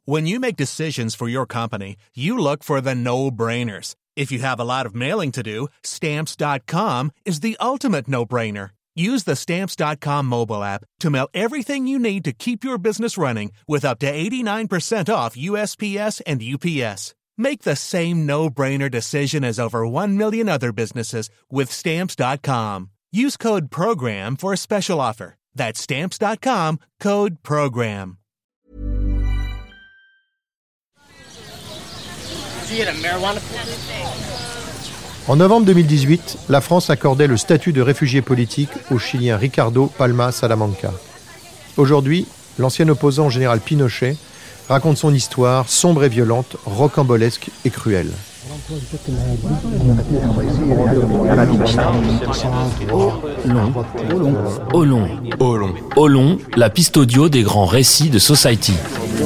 When you make decisions for your company, you look for the no-brainers. If you have a lot of mailing to do, Stamps.com is the ultimate no-brainer. Use the Stamps.com mobile app to mail everything you need to keep your business running with up to 89% off USPS and UPS. Make the same no-brainer decision as over 1 million other businesses with Stamps.com. Use code PROGRAM for a special offer. That's Stamps.com, code PROGRAM. En novembre 2018, la France accordait le statut de réfugié politique au Chilien Ricardo Palma Salamanca. Aujourd'hui, l'ancien opposant au général Pinochet raconte son histoire sombre et violente, rocambolesque et cruelle. Olon, la piste audio des grands récits de Society.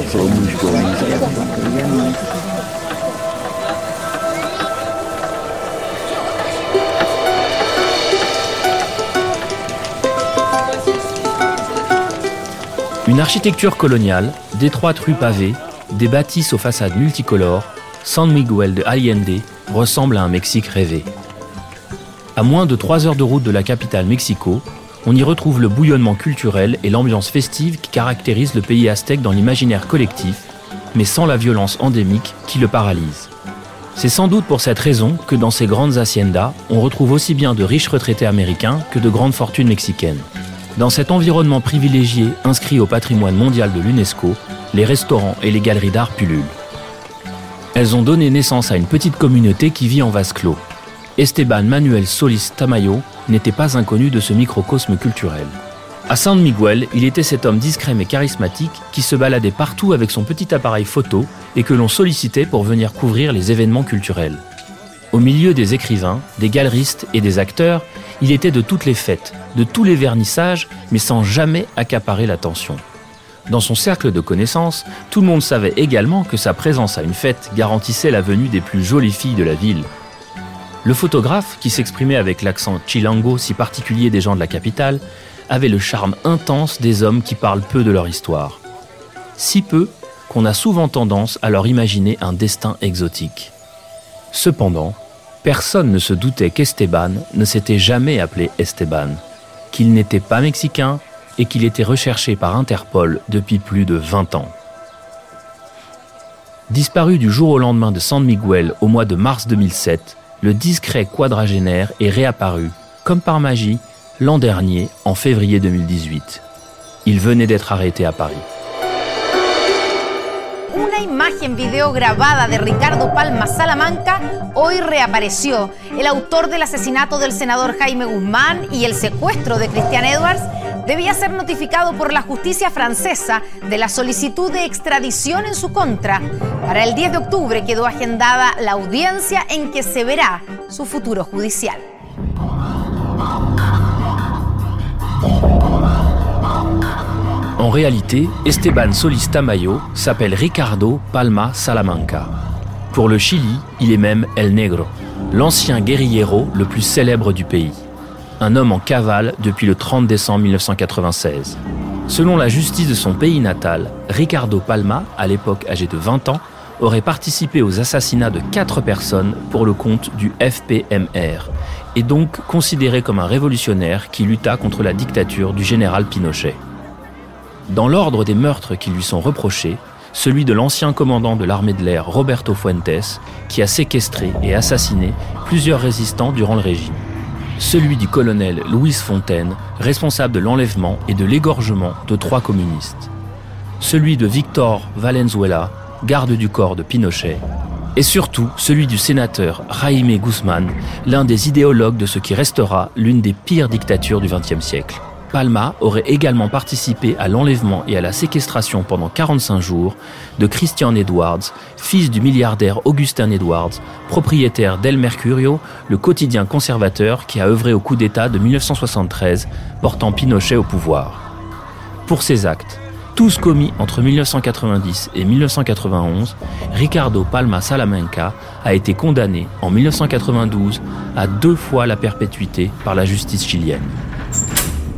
Une architecture coloniale, d'étroites rues pavées, des bâtisses aux façades multicolores, San Miguel de Allende ressemble à un Mexique rêvé. À moins de 3 heures de route de la capitale Mexico, on y retrouve le bouillonnement culturel et l'ambiance festive qui caractérise le pays aztèque dans l'imaginaire collectif, mais sans la violence endémique qui le paralyse. C'est sans doute pour cette raison que dans ces grandes haciendas, on retrouve aussi bien de riches retraités américains que de grandes fortunes mexicaines. Dans cet environnement privilégié inscrit au patrimoine mondial de l'UNESCO, les restaurants et les galeries d'art pullulent. Elles ont donné naissance à une petite communauté qui vit en vase clos. Esteban Manuel Solís Tamayo n'était pas inconnu de ce microcosme culturel. À San Miguel, il était cet homme discret mais charismatique qui se baladait partout avec son petit appareil photo et que l'on sollicitait pour venir couvrir les événements culturels. Au milieu des écrivains, des galeristes et des acteurs, il était de toutes les fêtes, de tous les vernissages, mais sans jamais accaparer l'attention. Dans son cercle de connaissances, tout le monde savait également que sa présence à une fête garantissait la venue des plus jolies filles de la ville. Le photographe, qui s'exprimait avec l'accent chilango si particulier des gens de la capitale, avait le charme intense des hommes qui parlent peu de leur histoire. Si peu qu'on a souvent tendance à leur imaginer un destin exotique. Cependant, personne ne se doutait qu'Esteban ne s'était jamais appelé Esteban, qu'il n'était pas mexicain et qu'il était recherché par Interpol depuis plus de 20 ans. Disparu du jour au lendemain de San Miguel au mois de mars 2007, le discret quadragénaire est réapparu, comme par magie, l'an dernier, en février 2018. Il venait d'être arrêté à Paris. Una imagen video grabada de Ricardo Palma Salamanca hoy reapareció. El autor del asesinato del senador Jaime Guzmán y el secuestro de Christian Edwards debía ser notificado por la justicia francesa de la solicitud de extradición en su contra. Para el 10 de octubre quedó agendada la audiencia en que se verá su futuro judicial. En réalité, Esteban Solís Tamayo s'appelle Ricardo Palma Salamanca. Pour le Chili, il est même El Negro, l'ancien guérillero le plus célèbre du pays. Un homme en cavale depuis le 30 décembre 1996. Selon la justice de son pays natal, Ricardo Palma, à l'époque âgé de 20 ans, aurait participé aux assassinats de 4 personnes pour le compte du FPMR, et donc considéré comme un révolutionnaire qui lutta contre la dictature du général Pinochet. Dans l'ordre des meurtres qui lui sont reprochés, celui de l'ancien commandant de l'armée de l'air Roberto Fuentes, qui a séquestré et assassiné plusieurs résistants durant le régime. Celui du colonel Luis Fontaine, responsable de l'enlèvement et de l'égorgement de 3 communistes. Celui de Victor Valenzuela, garde du corps de Pinochet. Et surtout celui du sénateur Jaime Guzmán, l'un des idéologues de ce qui restera l'une des pires dictatures du XXe siècle. Palma aurait également participé à l'enlèvement et à la séquestration pendant 45 jours de Christian Edwards, fils du milliardaire Augustin Edwards, propriétaire d'El Mercurio, le quotidien conservateur qui a œuvré au coup d'État de 1973, portant Pinochet au pouvoir. Pour ces actes, tous commis entre 1990 et 1991, Ricardo Palma Salamanca a été condamné en 1992 à 2 fois la perpétuité par la justice chilienne.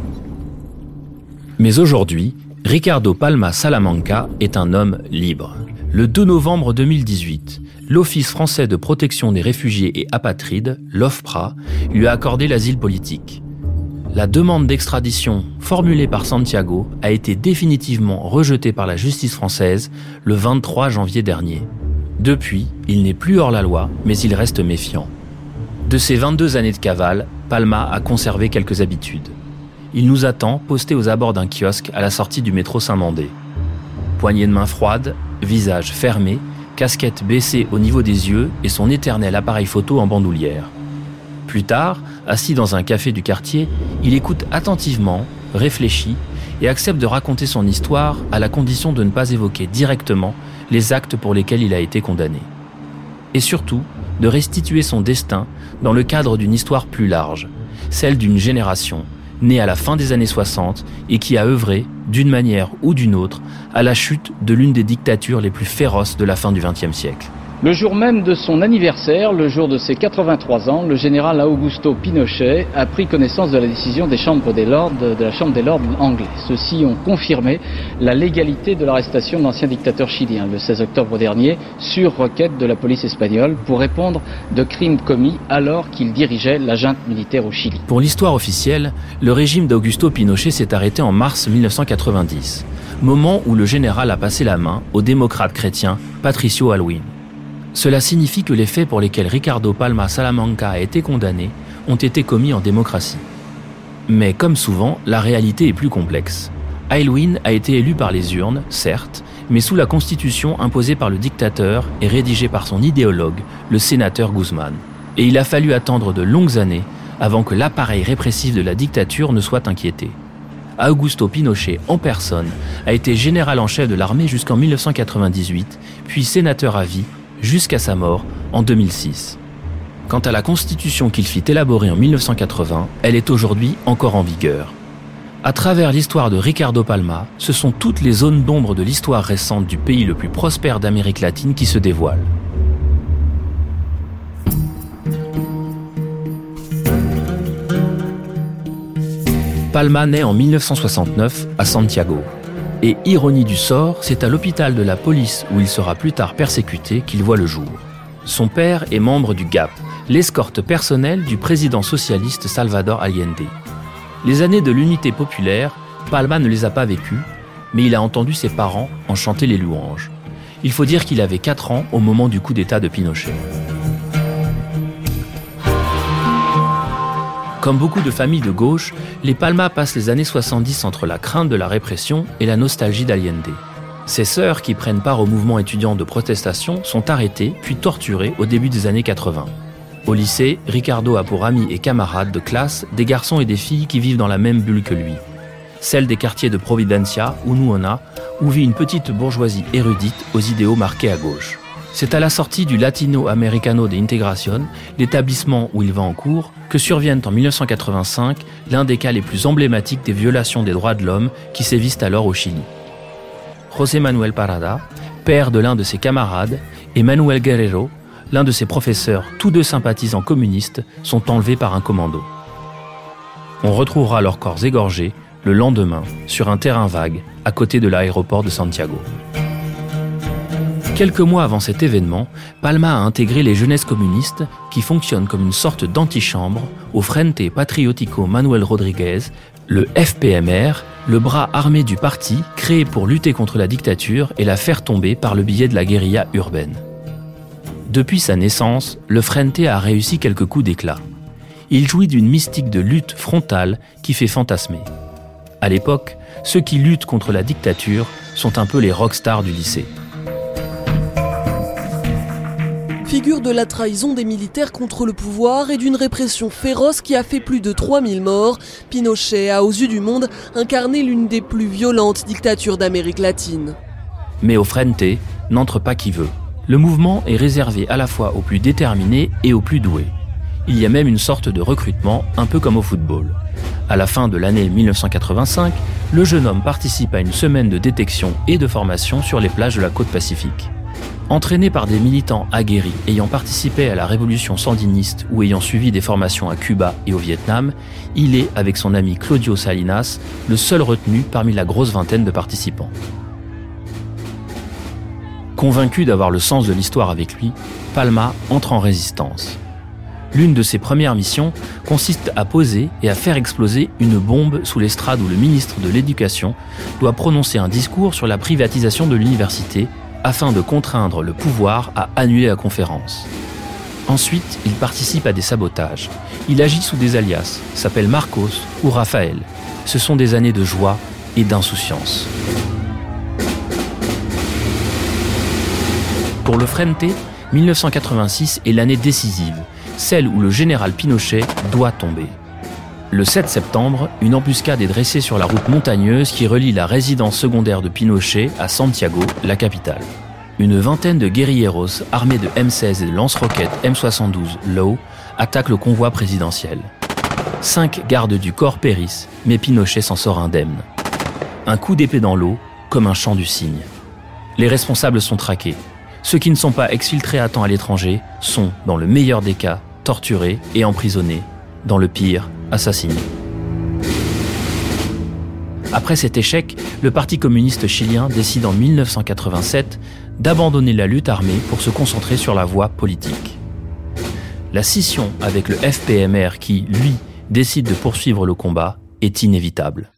Mais aujourd'hui, Ricardo Palma Salamanca est un homme libre. Le 2 novembre 2018, l'Office français de protection des réfugiés et apatrides, l'OFPRA, lui a accordé l'asile politique. La demande d'extradition formulée par Santiago a été définitivement rejetée par la justice française le 23 janvier dernier. Depuis, il n'est plus hors la loi, mais il reste méfiant. De ses 22 années de cavale, Palma a conservé quelques habitudes. Il nous attend posté aux abords d'un kiosque à la sortie du métro Saint-Mandé. Poignée de main froide, visage fermé, casquette baissée au niveau des yeux et son éternel appareil photo en bandoulière. Plus tard, assis dans un café du quartier, il écoute attentivement, réfléchit et accepte de raconter son histoire à la condition de ne pas évoquer directement les actes pour lesquels il a été condamné. Et surtout, de restituer son destin dans le cadre d'une histoire plus large, celle d'une génération née à la fin des années 60 et qui a œuvré, d'une manière ou d'une autre, à la chute de l'une des dictatures les plus féroces de la fin du XXe siècle. Le jour même de son anniversaire, le jour de ses 83 ans, le général Augusto Pinochet a pris connaissance de la décision de la Chambre des Lords anglais. Ceux-ci ont confirmé la légalité de l'arrestation de l'ancien dictateur chilien le 16 octobre dernier sur requête de la police espagnole pour répondre de crimes commis alors qu'il dirigeait la junte militaire au Chili. Pour l'histoire officielle, le régime d'Augusto Pinochet s'est arrêté en mars 1990, moment où le général a passé la main au démocrate chrétien Patricio Aylwin. Cela signifie que les faits pour lesquels Ricardo Palma Salamanca a été condamné ont été commis en démocratie. Mais comme souvent, la réalité est plus complexe. Aylwin a été élu par les urnes, certes, mais sous la constitution imposée par le dictateur et rédigée par son idéologue, le sénateur Guzmán. Et il a fallu attendre de longues années avant que l'appareil répressif de la dictature ne soit inquiété. Augusto Pinochet, en personne, a été général en chef de l'armée jusqu'en 1998, puis sénateur à vie, jusqu'à sa mort en 2006. Quant à la constitution qu'il fit élaborer en 1980, elle est aujourd'hui encore en vigueur. À travers l'histoire de Ricardo Palma, ce sont toutes les zones d'ombre de l'histoire récente du pays le plus prospère d'Amérique latine qui se dévoilent. Palma naît en 1969 à Santiago. Et ironie du sort, c'est à l'hôpital de la police où il sera plus tard persécuté qu'il voit le jour. Son père est membre du GAP, l'escorte personnelle du président socialiste Salvador Allende. Les années de l'unité populaire, Palma ne les a pas vécues, mais il a entendu ses parents en chanter les louanges. Il faut dire qu'il avait 4 ans au moment du coup d'État de Pinochet. Comme beaucoup de familles de gauche, les Palma passent les années 70 entre la crainte de la répression et la nostalgie d'Allende. Ses sœurs, qui prennent part au mouvement étudiant de protestation, sont arrêtées puis torturées au début des années 80. Au lycée, Ricardo a pour amis et camarades de classe des garçons et des filles qui vivent dans la même bulle que lui. Celle des quartiers de Providencia ou Nuona, où vit une petite bourgeoisie érudite aux idéaux marqués à gauche. C'est à la sortie du Latino Americano de Integración, l'établissement où il va en cours, que surviennent en 1985 l'un des cas les plus emblématiques des violations des droits de l'homme qui sévissent alors au Chili. José Manuel Parada, père de l'un de ses camarades, et Manuel Guerrero, l'un de ses professeurs, tous deux sympathisants communistes, sont enlevés par un commando. On retrouvera leurs corps égorgés le lendemain sur un terrain vague à côté de l'aéroport de Santiago. Quelques mois avant cet événement, Palma a intégré les jeunesses communistes qui fonctionnent comme une sorte d'antichambre au Frente Patriótico Manuel Rodríguez, le FPMR, le bras armé du parti créé pour lutter contre la dictature et la faire tomber par le biais de la guérilla urbaine. Depuis sa naissance, le Frente a réussi quelques coups d'éclat. Il jouit d'une mystique de lutte frontale qui fait fantasmer. À l'époque, ceux qui luttent contre la dictature sont un peu les rockstars du lycée. Figure de la trahison des militaires contre le pouvoir et d'une répression féroce qui a fait plus de 3000 morts, Pinochet a aux yeux du monde incarné l'une des plus violentes dictatures d'Amérique latine. Mais au Frente, n'entre pas qui veut. Le mouvement est réservé à la fois aux plus déterminés et aux plus doués. Il y a même une sorte de recrutement, un peu comme au football. À la fin de l'année 1985, le jeune homme participe à une semaine de détection et de formation sur les plages de la côte Pacifique. Entraîné par des militants aguerris ayant participé à la révolution sandiniste ou ayant suivi des formations à Cuba et au Vietnam, il est, avec son ami Claudio Salinas, le seul retenu parmi la grosse vingtaine de participants. Convaincu d'avoir le sens de l'histoire avec lui, Palma entre en résistance. L'une de ses premières missions consiste à poser et à faire exploser une bombe sous l'estrade où le ministre de l'Éducation doit prononcer un discours sur la privatisation de l'université afin de contraindre le pouvoir à annuler la conférence. Ensuite, il participe à des sabotages. Il agit sous des alias, s'appelle Marcos ou Raphaël. Ce sont des années de joie et d'insouciance. Pour le Frente, 1986 est l'année décisive, celle où le général Pinochet doit tomber. Le 7 septembre, une embuscade est dressée sur la route montagneuse qui relie la résidence secondaire de Pinochet à Santiago, la capitale. Une vingtaine de guérilleros armés de M16 et de lance-roquettes M72 Low attaquent le convoi présidentiel. 5 gardes du corps périssent, mais Pinochet s'en sort indemne. Un coup d'épée dans l'eau, comme un chant du cygne. Les responsables sont traqués. Ceux qui ne sont pas exfiltrés à temps à l'étranger sont, dans le meilleur des cas, torturés et emprisonnés, dans le pire, assassinés. Après cet échec, le Parti communiste chilien décide en 1987 d'abandonner la lutte armée pour se concentrer sur la voie politique. La scission avec le FPMR qui, lui, décide de poursuivre le combat est inévitable.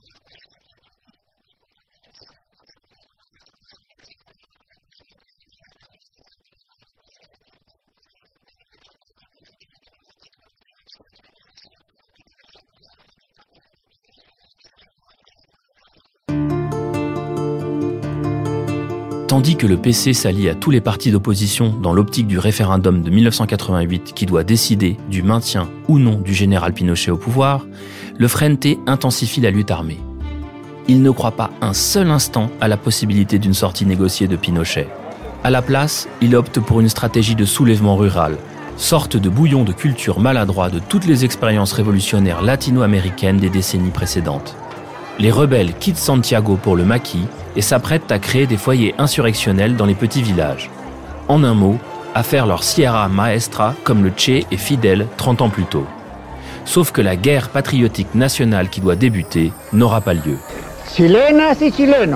Tandis que le PC s'allie à tous les partis d'opposition dans l'optique du référendum de 1988 qui doit décider du maintien ou non du général Pinochet au pouvoir, le Frente intensifie la lutte armée. Il ne croit pas un seul instant à la possibilité d'une sortie négociée de Pinochet. À la place, il opte pour une stratégie de soulèvement rural, sorte de bouillon de culture maladroit de toutes les expériences révolutionnaires latino-américaines des décennies précédentes. Les rebelles quittent Santiago pour le maquis et s'apprêtent à créer des foyers insurrectionnels dans les petits villages. En un mot, à faire leur Sierra Maestra comme le Che et Fidel 30 ans plus tôt. Sauf que la guerre patriotique nationale qui doit débuter n'aura pas lieu. Chilenas y chilenos,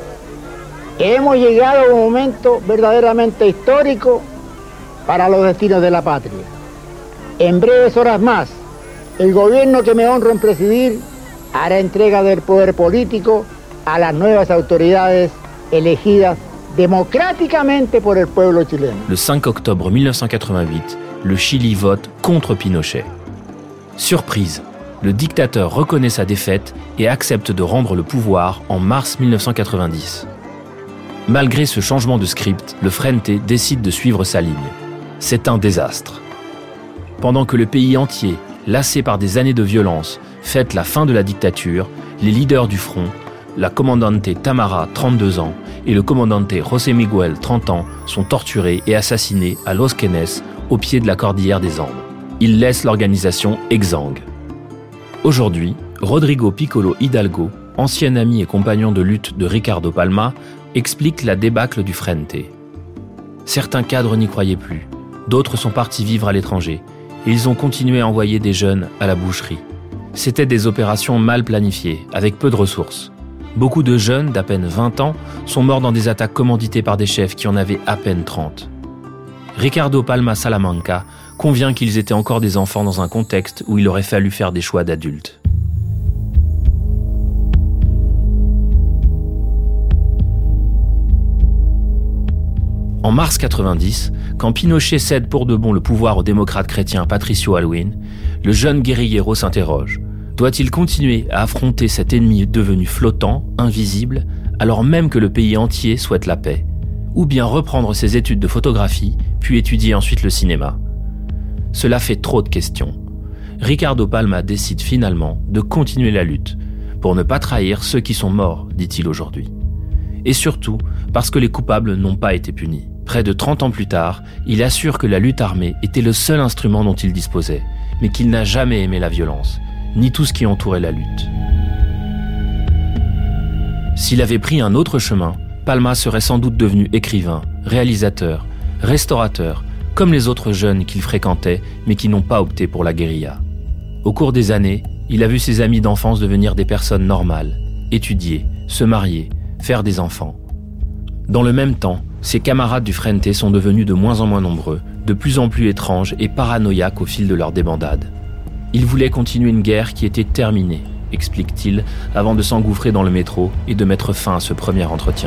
hemos llegado a un momento verdaderamente histórico para los destinos de la patria. En breves horas más, el gobierno que me honro en presidir hará entrega del poder político a las nuevas autoridades elegidas démocratiquement por el pueblo chileno. Le 5 octobre 1988, le Chili vote contre Pinochet. Surprise, le dictateur reconnaît sa défaite et accepte de rendre le pouvoir en mars 1990. Malgré ce changement de script, le Frente décide de suivre sa ligne. C'est un désastre. Pendant que le pays entier, lassé par des années de violence, fête la fin de la dictature, les leaders du front, la commandante Tamara, 32 ans, et le commandante José Miguel, 30 ans, sont torturés et assassinés à Los Quenes, au pied de la cordillère des Andes. Ils laissent l'organisation exsangue. Aujourd'hui, Rodrigo Piccolo Hidalgo, ancien ami et compagnon de lutte de Ricardo Palma, explique la débâcle du Frente. Certains cadres n'y croyaient plus, d'autres sont partis vivre à l'étranger, et ils ont continué à envoyer des jeunes à la boucherie. C'était des opérations mal planifiées, avec peu de ressources. Beaucoup de jeunes d'à peine 20 ans sont morts dans des attaques commanditées par des chefs qui en avaient à peine 30. Ricardo Palma Salamanca convient qu'ils étaient encore des enfants dans un contexte où il aurait fallu faire des choix d'adultes. En mars 90, quand Pinochet cède pour de bon le pouvoir au démocrate chrétien Patricio Aylwin, le jeune guérillero s'interroge. Doit-il continuer à affronter cet ennemi devenu flottant, invisible, alors même que le pays entier souhaite la paix? Ou bien reprendre ses études de photographie, puis étudier ensuite le cinéma? Cela fait trop de questions. Ricardo Palma décide finalement de continuer la lutte, pour ne pas trahir ceux qui sont morts, dit-il aujourd'hui. Et surtout, parce que les coupables n'ont pas été punis. Près de 30 ans plus tard, il assure que la lutte armée était le seul instrument dont il disposait, mais qu'il n'a jamais aimé la violence, ni tout ce qui entourait la lutte. S'il avait pris un autre chemin, Palma serait sans doute devenu écrivain, réalisateur, restaurateur, comme les autres jeunes qu'il fréquentait, mais qui n'ont pas opté pour la guérilla. Au cours des années, il a vu ses amis d'enfance devenir des personnes normales, étudier, se marier, faire des enfants. Dans le même temps, Ses camarades du Frente sont devenus de moins en moins nombreux, de plus en plus étranges et paranoïaques au fil de leur débandade. Ils voulaient continuer une guerre qui était terminée, explique-t-il, avant de s'engouffrer dans le métro et de mettre fin à ce premier entretien.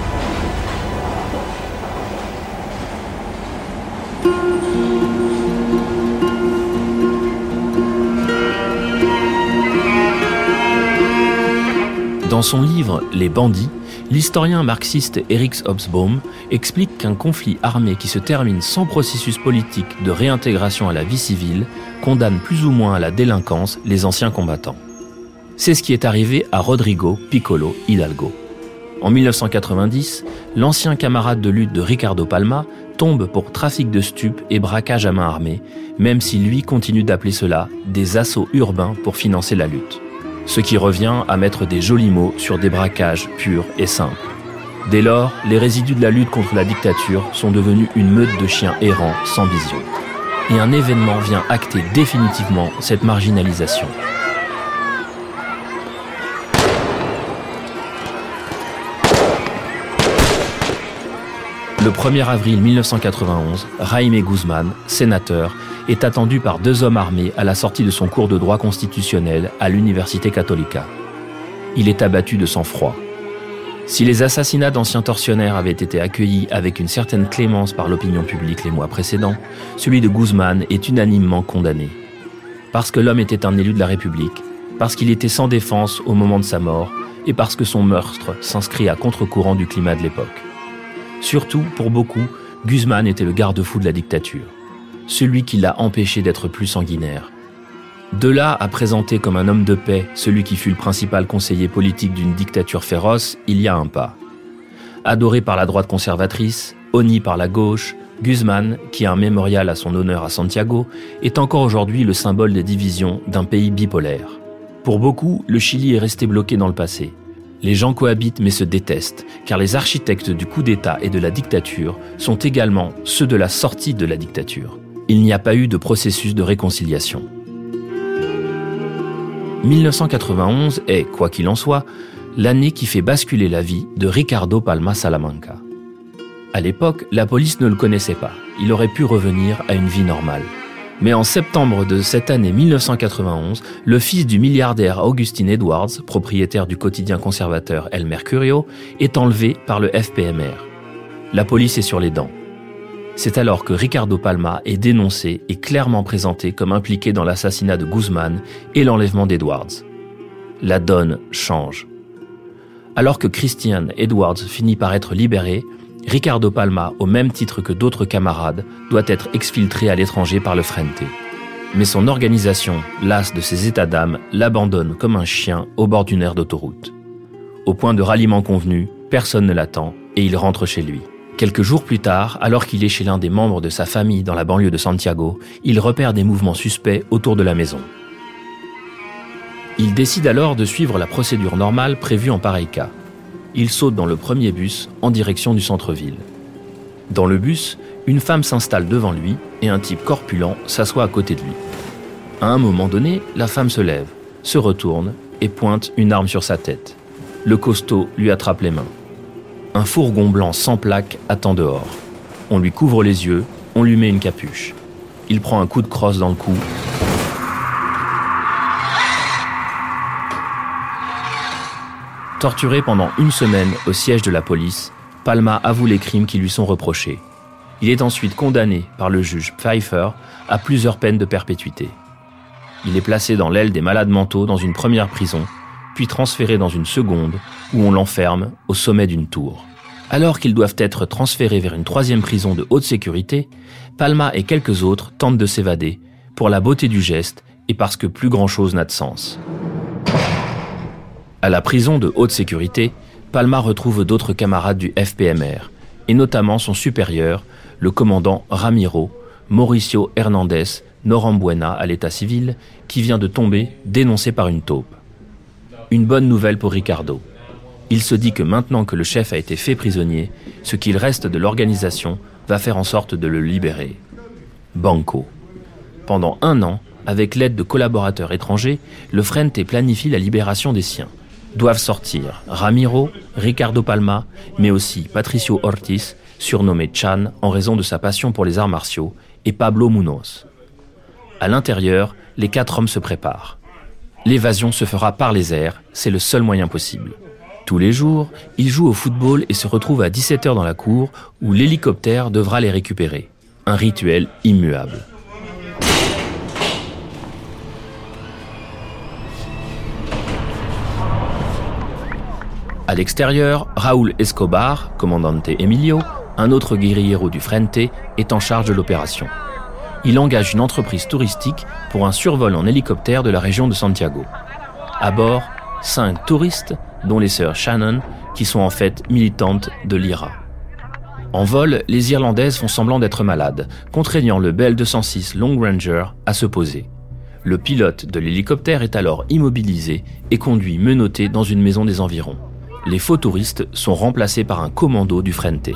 Dans son livre « Les bandits », l'historien marxiste Erich Hobsbawm explique qu'un conflit armé qui se termine sans processus politique de réintégration à la vie civile condamne plus ou moins à la délinquance les anciens combattants. C'est ce qui est arrivé à Rodrigo Piccolo Hidalgo. En 1990, l'ancien camarade de lutte de Ricardo Palma tombe pour trafic de stupes et braquage à main armée, même si lui continue d'appeler cela des assauts urbains pour financer la lutte. Ce qui revient à mettre des jolis mots sur des braquages purs et simples. Dès lors, les résidus de la lutte contre la dictature sont devenus une meute de chiens errants sans vision. Et un événement vient acter définitivement cette marginalisation. Le 1er avril 1991, Jaime Guzmán, sénateur, est attendu par 2 hommes armés à la sortie de son cours de droit constitutionnel à l'Université Católica. Il est abattu de sang-froid. Si les assassinats d'anciens tortionnaires avaient été accueillis avec une certaine clémence par l'opinion publique les mois précédents, celui de Guzmán est unanimement condamné. Parce que l'homme était un élu de la République, parce qu'il était sans défense au moment de sa mort, et parce que son meurtre s'inscrit à contre-courant du climat de l'époque. Surtout, pour beaucoup, Guzmán était le garde-fou de la dictature, celui qui l'a empêché d'être plus sanguinaire. De là à présenter comme un homme de paix celui qui fut le principal conseiller politique d'une dictature féroce, il y a un pas. Adoré par la droite conservatrice, honni par la gauche, Guzmán, qui a un mémorial à son honneur à Santiago, est encore aujourd'hui le symbole des divisions d'un pays bipolaire. Pour beaucoup, le Chili est resté bloqué dans le passé. Les gens cohabitent mais se détestent, car les architectes du coup d'État et de la dictature sont également ceux de la sortie de la dictature. Il n'y a pas eu de processus de réconciliation. 1991 est, quoi qu'il en soit, l'année qui fait basculer la vie de Ricardo Palma Salamanca. À l'époque, la police ne le connaissait pas. Il aurait pu revenir à une vie normale. Mais en septembre de cette année 1991, le fils du milliardaire Agustín Edwards, propriétaire du quotidien conservateur El Mercurio, est enlevé par le FPMR. La police est sur les dents. C'est alors que Ricardo Palma est dénoncé et clairement présenté comme impliqué dans l'assassinat de Guzmán et l'enlèvement d'Edwards. La donne change. Alors que Christian Edwards finit par être libéré, Ricardo Palma, au même titre que d'autres camarades, doit être exfiltré à l'étranger par le Frente. Mais son organisation, lasse de ses états d'âme, l'abandonne comme un chien au bord d'une aire d'autoroute. Au point de ralliement convenu, personne ne l'attend et il rentre chez lui. Quelques jours plus tard, alors qu'il est chez l'un des membres de sa famille dans la banlieue de Santiago, il repère des mouvements suspects autour de la maison. Il décide alors de suivre la procédure normale prévue en pareil cas. Il saute dans le premier bus en direction du centre-ville. Dans le bus, une femme s'installe devant lui et un type corpulent s'assoit à côté de lui. À un moment donné, la femme se lève, se retourne et pointe une arme sur sa tête. Le costaud lui attrape les mains. Un fourgon blanc sans plaque attend dehors. On lui couvre les yeux, on lui met une capuche. Il prend un coup de crosse dans le cou. Torturé pendant 1 semaine au siège de la police, Palma avoue les crimes qui lui sont reprochés. Il est ensuite condamné par le juge Pfeiffer à plusieurs peines de perpétuité. Il est placé dans l'aile des malades mentaux dans une première prison, puis transféré dans une seconde où on l'enferme au sommet d'une tour. Alors qu'ils doivent être transférés vers une 3e prison de haute sécurité, Palma et quelques autres tentent de s'évader pour la beauté du geste et parce que plus grand-chose n'a de sens. À la prison de haute sécurité, Palma retrouve d'autres camarades du FPMR, et notamment son supérieur, le commandant Ramiro, Mauricio Hernández Norambuena à l'état civil, qui vient de tomber dénoncé par une taupe. Une bonne nouvelle pour Ricardo. Il se dit que maintenant que le chef a été fait prisonnier, ce qu'il reste de l'organisation va faire en sorte de le libérer. Banco. Pendant 1 an, avec l'aide de collaborateurs étrangers, le Frente planifie la libération des siens. Doivent sortir Ramiro, Ricardo Palma, mais aussi Patricio Ortiz, surnommé Chan en raison de sa passion pour les arts martiaux, et Pablo Munoz. À l'intérieur, les 4 hommes se préparent. L'évasion se fera par les airs, c'est le seul moyen possible. Tous les jours, ils jouent au football et se retrouvent à 17h dans la cour où l'hélicoptère devra les récupérer. Un rituel immuable. À l'extérieur, Raúl Escobar, comandante Emilio, un autre guérillero du Frente, est en charge de l'opération. Il engage une entreprise touristique pour un survol en hélicoptère de la région de Santiago. À bord, 5 touristes, dont les sœurs Shannon, qui sont en fait militantes de l'IRA. En vol, les Irlandaises font semblant d'être malades, contraignant le Bell 206 Long Ranger à se poser. Le pilote de l'hélicoptère est alors immobilisé et conduit menotté dans une maison des environs. Les faux touristes sont remplacés par un commando du Frente.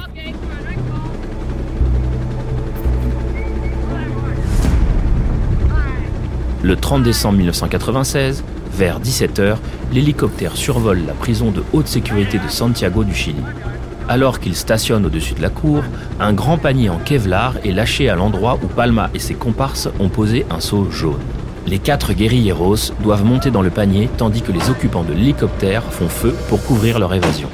Le 30 décembre 1996, vers 17h, l'hélicoptère survole la prison de haute sécurité de Santiago du Chili. Alors qu'il stationne au-dessus de la cour, un grand panier en Kevlar est lâché à l'endroit où Palma et ses comparses ont posé un seau jaune. Les 4 guérilleros doivent monter dans le panier tandis que les occupants de l'hélicoptère font feu pour couvrir leur évasion.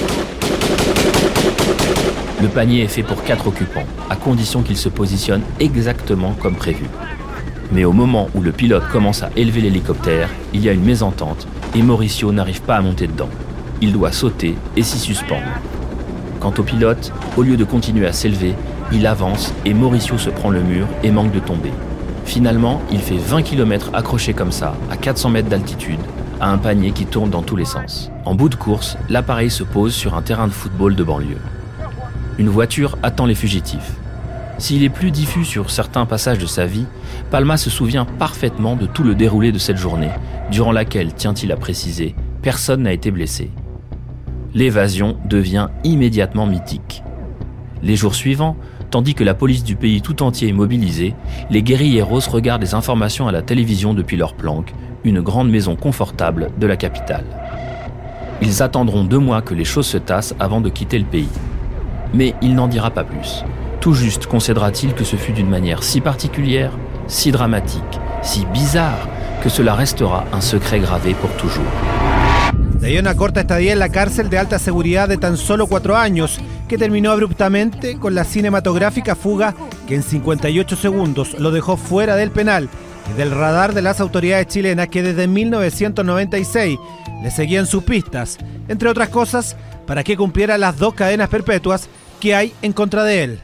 Le panier est fait pour 4 occupants, à condition qu'ils se positionnent exactement comme prévu. Mais au moment où le pilote commence à élever l'hélicoptère, il y a une mésentente et Mauricio n'arrive pas à monter dedans. Il doit sauter et s'y suspendre. Quant au pilote, au lieu de continuer à s'élever, il avance et Mauricio se prend le mur et manque de tomber. Finalement, il fait 20 km accroché comme ça, à 400 mètres d'altitude, à un panier qui tourne dans tous les sens. En bout de course, l'appareil se pose sur un terrain de football de banlieue. Une voiture attend les fugitifs. S'il est plus diffus sur certains passages de sa vie, Palma se souvient parfaitement de tout le déroulé de cette journée, durant laquelle, tient-il à préciser, personne n'a été blessé. L'évasion devient immédiatement mythique. Les jours suivants, tandis que la police du pays tout entier est mobilisée, les guérilleros regardent les informations à la télévision depuis leur planque, une grande maison confortable de la capitale. Ils attendront 2 mois que les choses se tassent avant de quitter le pays. Mais il n'en dira pas plus. Tout juste concédera-t-il que ce fut d'une manière si particulière, si dramatique, si bizarre, que cela restera un secret gravé pour toujours. De ahí una corta estadía en la cárcel de alta seguridad de tan solo 4 años, que terminó abruptamente con la cinematográfica fuga que en 58 segundos lo dejó fuera del penal y del radar de las autoridades chilenas que desde 1996 le seguían sus pistas, entre otras cosas, para que cumpliera las 2 cadenas perpetuas que hay en contra de él.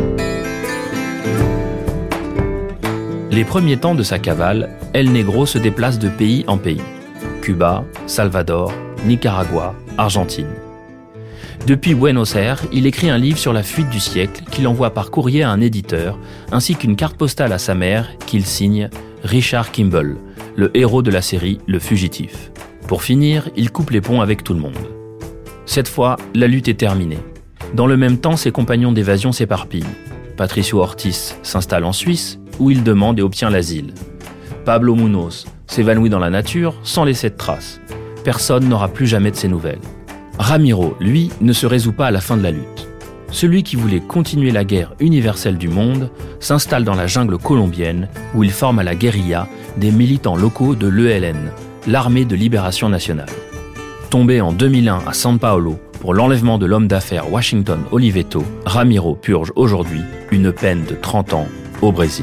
Les premiers temps de sa cavale, El Negro se déplace de pays en pays. Cuba, Salvador, Nicaragua, Argentine. Depuis Buenos Aires, il écrit un livre sur la fuite du siècle qu'il envoie par courrier à un éditeur, ainsi qu'une carte postale à sa mère qu'il signe Richard Kimball, le héros de la série Le Fugitif. Pour finir, il coupe les ponts avec tout le monde. Cette fois, la lutte est terminée. Dans le même temps, ses compagnons d'évasion s'éparpillent. Patricio Ortiz s'installe en Suisse, où il demande et obtient l'asile. Pablo Munoz s'évanouit dans la nature sans laisser de traces. Personne n'aura plus jamais de ses nouvelles. Ramiro, lui, ne se résout pas à la fin de la lutte. Celui qui voulait continuer la guerre universelle du monde s'installe dans la jungle colombienne où il forme à la guérilla des militants locaux de l'ELN, l'Armée de Libération Nationale. Tombé en 2001 à São Paulo pour l'enlèvement de l'homme d'affaires Washington Oliveto, Ramiro purge aujourd'hui une peine de 30 ans au Brésil.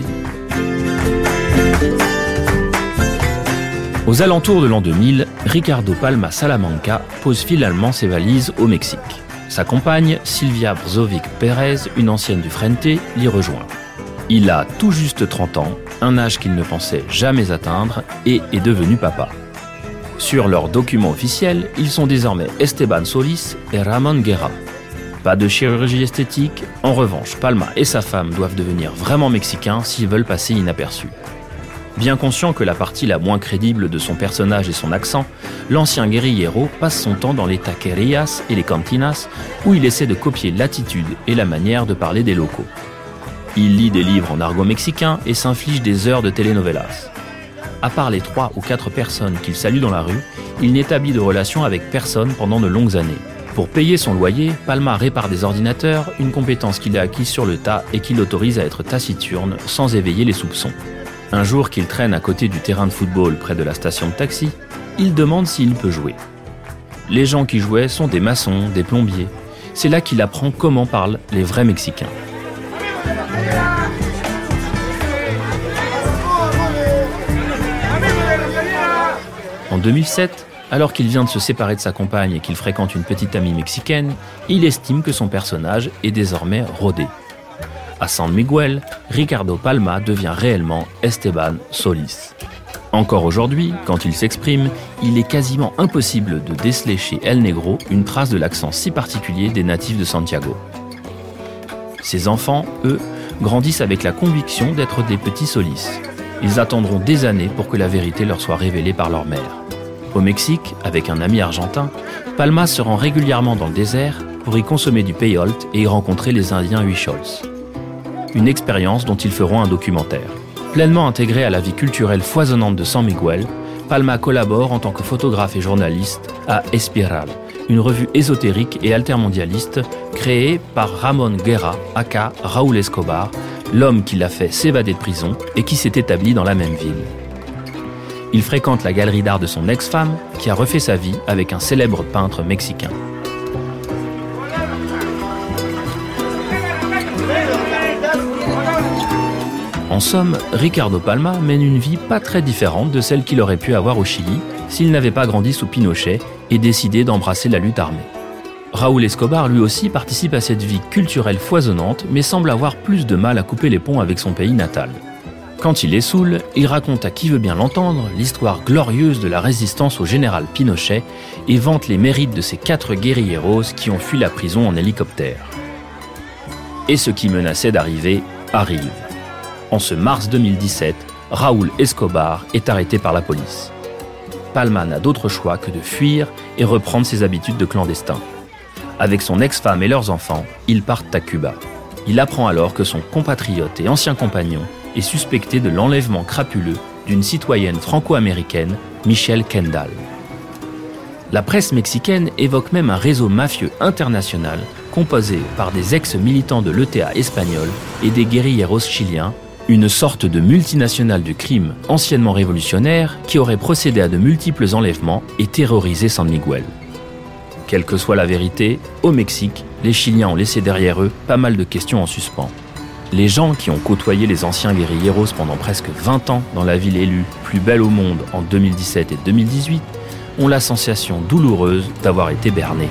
Aux alentours de l'an 2000, Ricardo Palma Salamanca pose finalement ses valises au Mexique. Sa compagne, Silvia Brzovic Pérez, une ancienne du Frente, l'y rejoint. Il a tout juste 30 ans, un âge qu'il ne pensait jamais atteindre, et est devenu papa. Sur leurs documents officiels, ils sont désormais Esteban Solis et Ramon Guerra. Pas de chirurgie esthétique, en revanche, Palma et sa femme doivent devenir vraiment mexicains s'ils veulent passer inaperçus. Bien conscient que la partie la moins crédible de son personnage est son accent, l'ancien guérillero passe son temps dans les taquerias et les cantinas où il essaie de copier l'attitude et la manière de parler des locaux. Il lit des livres en argot mexicain et s'inflige des heures de telenovelas. À part les 3 ou 4 personnes qu'il salue dans la rue, il n'établit de relation avec personne pendant de longues années. Pour payer son loyer, Palma répare des ordinateurs, une compétence qu'il a acquise sur le tas et qui l'autorise à être taciturne sans éveiller les soupçons. Un jour qu'il traîne à côté du terrain de football près de la station de taxi, il demande s'il peut jouer. Les gens qui jouaient sont des maçons, des plombiers. C'est là qu'il apprend comment parlent les vrais Mexicains. En 2007, alors qu'il vient de se séparer de sa compagne et qu'il fréquente une petite amie mexicaine, il estime que son personnage est désormais rodé. À San Miguel, Ricardo Palma devient réellement Esteban Solis. Encore aujourd'hui, quand il s'exprime, il est quasiment impossible de déceler chez El Negro une trace de l'accent si particulier des natifs de Santiago. Ses enfants, eux, grandissent avec la conviction d'être des petits Solis. Ils attendront des années pour que la vérité leur soit révélée par leur mère. Au Mexique, avec un ami argentin, Palma se rend régulièrement dans le désert pour y consommer du peyote et y rencontrer les Indiens Huichols. Une expérience dont ils feront un documentaire. Pleinement intégré à la vie culturelle foisonnante de San Miguel, Palma collabore en tant que photographe et journaliste à Espiral, une revue ésotérique et altermondialiste créée par Ramon Guerra, aka Raúl Escobar, l'homme qui l'a fait s'évader de prison et qui s'est établi dans la même ville. Il fréquente la galerie d'art de son ex-femme, qui a refait sa vie avec un célèbre peintre mexicain. En somme, Ricardo Palma mène une vie pas très différente de celle qu'il aurait pu avoir au Chili s'il n'avait pas grandi sous Pinochet et décidé d'embrasser la lutte armée. Raúl Escobar lui aussi participe à cette vie culturelle foisonnante mais semble avoir plus de mal à couper les ponts avec son pays natal. Quand il est saoul, il raconte à qui veut bien l'entendre l'histoire glorieuse de la résistance au général Pinochet et vante les mérites de ces 4 guérilleros qui ont fui la prison en hélicoptère. Et ce qui menaçait d'arriver arrive. En ce mars 2017, Raúl Escobar est arrêté par la police. Palma n'a d'autre choix que de fuir et reprendre ses habitudes de clandestin. Avec son ex-femme et leurs enfants, ils partent à Cuba. Il apprend alors que son compatriote et ancien compagnon est suspecté de l'enlèvement crapuleux d'une citoyenne franco-américaine, Michelle Kendall. La presse mexicaine évoque même un réseau mafieux international composé par des ex-militants de l'ETA espagnol et des guérilleros chiliens, une sorte de multinationale du crime anciennement révolutionnaire qui aurait procédé à de multiples enlèvements et terrorisé San Miguel. Quelle que soit la vérité, au Mexique, les Chiliens ont laissé derrière eux pas mal de questions en suspens. Les gens qui ont côtoyé les anciens guérilleros pendant presque 20 ans dans la ville élue plus belle au monde en 2017 et 2018 ont la sensation douloureuse d'avoir été bernés.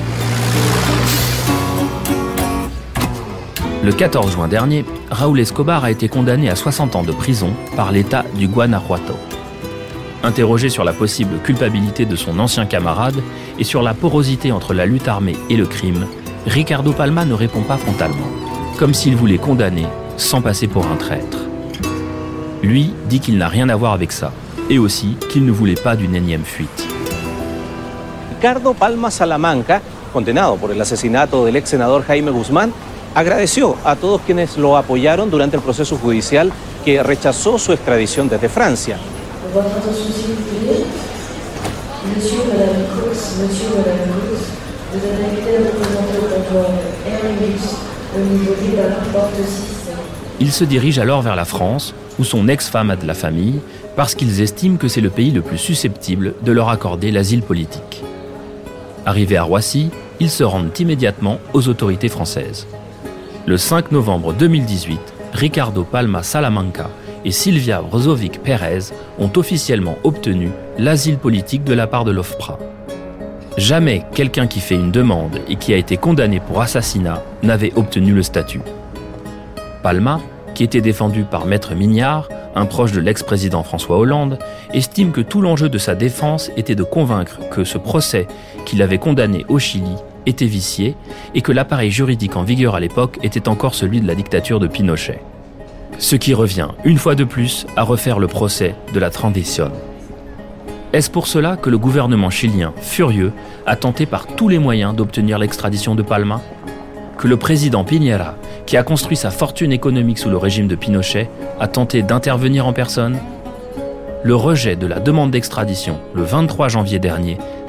Le 14 juin dernier, Raúl Escobar a été condamné à 60 ans de prison par l'État du Guanajuato. Interrogé sur la possible culpabilité de son ancien camarade et sur la porosité entre la lutte armée et le crime, Ricardo Palma ne répond pas frontalement, comme s'il voulait condamner sans passer pour un traître. Lui dit qu'il n'a rien à voir avec ça, et aussi qu'il ne voulait pas d'une énième fuite. Ricardo Palma Salamanca, condenado por el asesinato del ex senador Jaime Guzmán, agradeció a todos quienes lo apoyaron durante el proceso judicial que rechazó su extradición desde Francia. Votre attention s'il vous plaît. Monsieur, Madame Cox, Monsieur, Madame Cox, vous êtes invité à représenter au comptoir Airbus au niveau du bar, porte 6. Il se dirige alors vers la France, où son ex-femme a de la famille, parce qu'ils estiment que c'est le pays le plus susceptible de leur accorder l'asile politique. Arrivés à Roissy, ils se rendent immédiatement aux autorités françaises. Le 5 novembre 2018, Ricardo Palma Salamanca et Silvia Brozovic Pérez ont officiellement obtenu l'asile politique de la part de l'OFPRA. Jamais quelqu'un qui fait une demande et qui a été condamné pour assassinat n'avait obtenu le statut. Palma, qui était défendu par Maître Mignard, un proche de l'ex-président François Hollande, estime que tout l'enjeu de sa défense était de convaincre que ce procès qu'il avait condamné au Chili était vicié et que l'appareil juridique en vigueur à l'époque était encore celui de la dictature de Pinochet. Ce qui revient, une fois de plus, à refaire le procès de la Transición. Est-ce pour cela que le gouvernement chilien, furieux, a tenté par tous les moyens d'obtenir l'extradition de Palma ? Que le président Piñera, qui a construit sa fortune économique sous le régime de Pinochet, a tenté d'intervenir en personne ? Le rejet de la demande d'extradition, le 23 janvier dernier,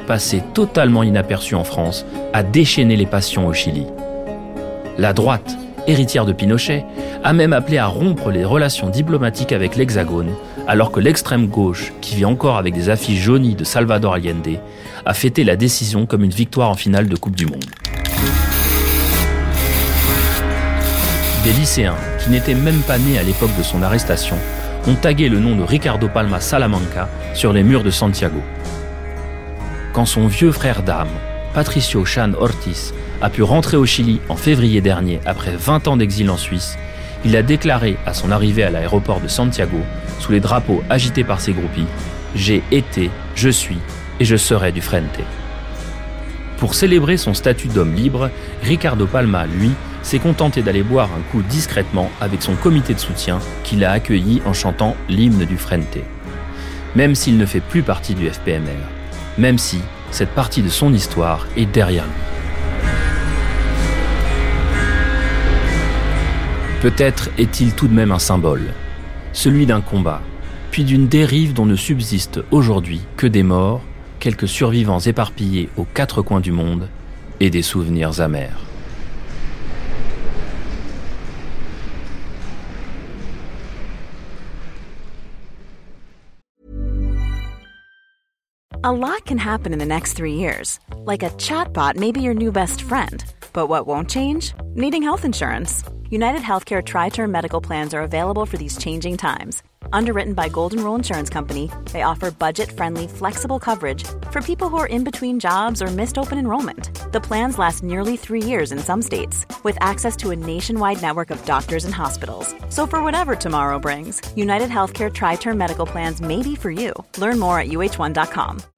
passé totalement inaperçu en France, a déchaîné les passions au Chili. La droite, héritière de Pinochet, a même appelé à rompre les relations diplomatiques avec l'Hexagone, alors que l'extrême gauche, qui vit encore avec des affiches jaunies de Salvador Allende, a fêté la décision comme une victoire en finale de Coupe du Monde. Des lycéens, qui n'étaient même pas nés à l'époque de son arrestation, ont tagué le nom de Ricardo Palma Salamanca sur les murs de Santiago. Quand son vieux frère d'armes, Patricio Chan Ortiz, a pu rentrer au Chili en février dernier après 20 ans d'exil en Suisse, il a déclaré à son arrivée à l'aéroport de Santiago, sous les drapeaux agités par ses groupies, « J'ai été, je suis et je serai du Frente ». Pour célébrer son statut d'homme libre, Ricardo Palma, lui, s'est contenté d'aller boire un coup discrètement avec son comité de soutien qui l'a accueilli en chantant l'hymne du Frente. Même s'il ne fait plus partie du FPMR, même si cette partie de son histoire est derrière lui. Peut-être est-il tout de même un symbole, celui d'un combat, puis d'une dérive dont ne subsistent aujourd'hui que des morts, quelques survivants éparpillés aux quatre coins du monde et des souvenirs amers. A lot can happen in the next 3 years. Like a chatbot may be your new best friend. But what won't change? Needing health insurance. United Healthcare Tri-Term Medical Plans are available for these changing times. Underwritten by Golden Rule Insurance Company, they offer budget-friendly, flexible coverage for people who are in between jobs or missed open enrollment. The plans last nearly 3 years in some states, with access to a nationwide network of doctors and hospitals. So for whatever tomorrow brings, United Healthcare Tri-Term Medical Plans may be for you. Learn more at uh1.com.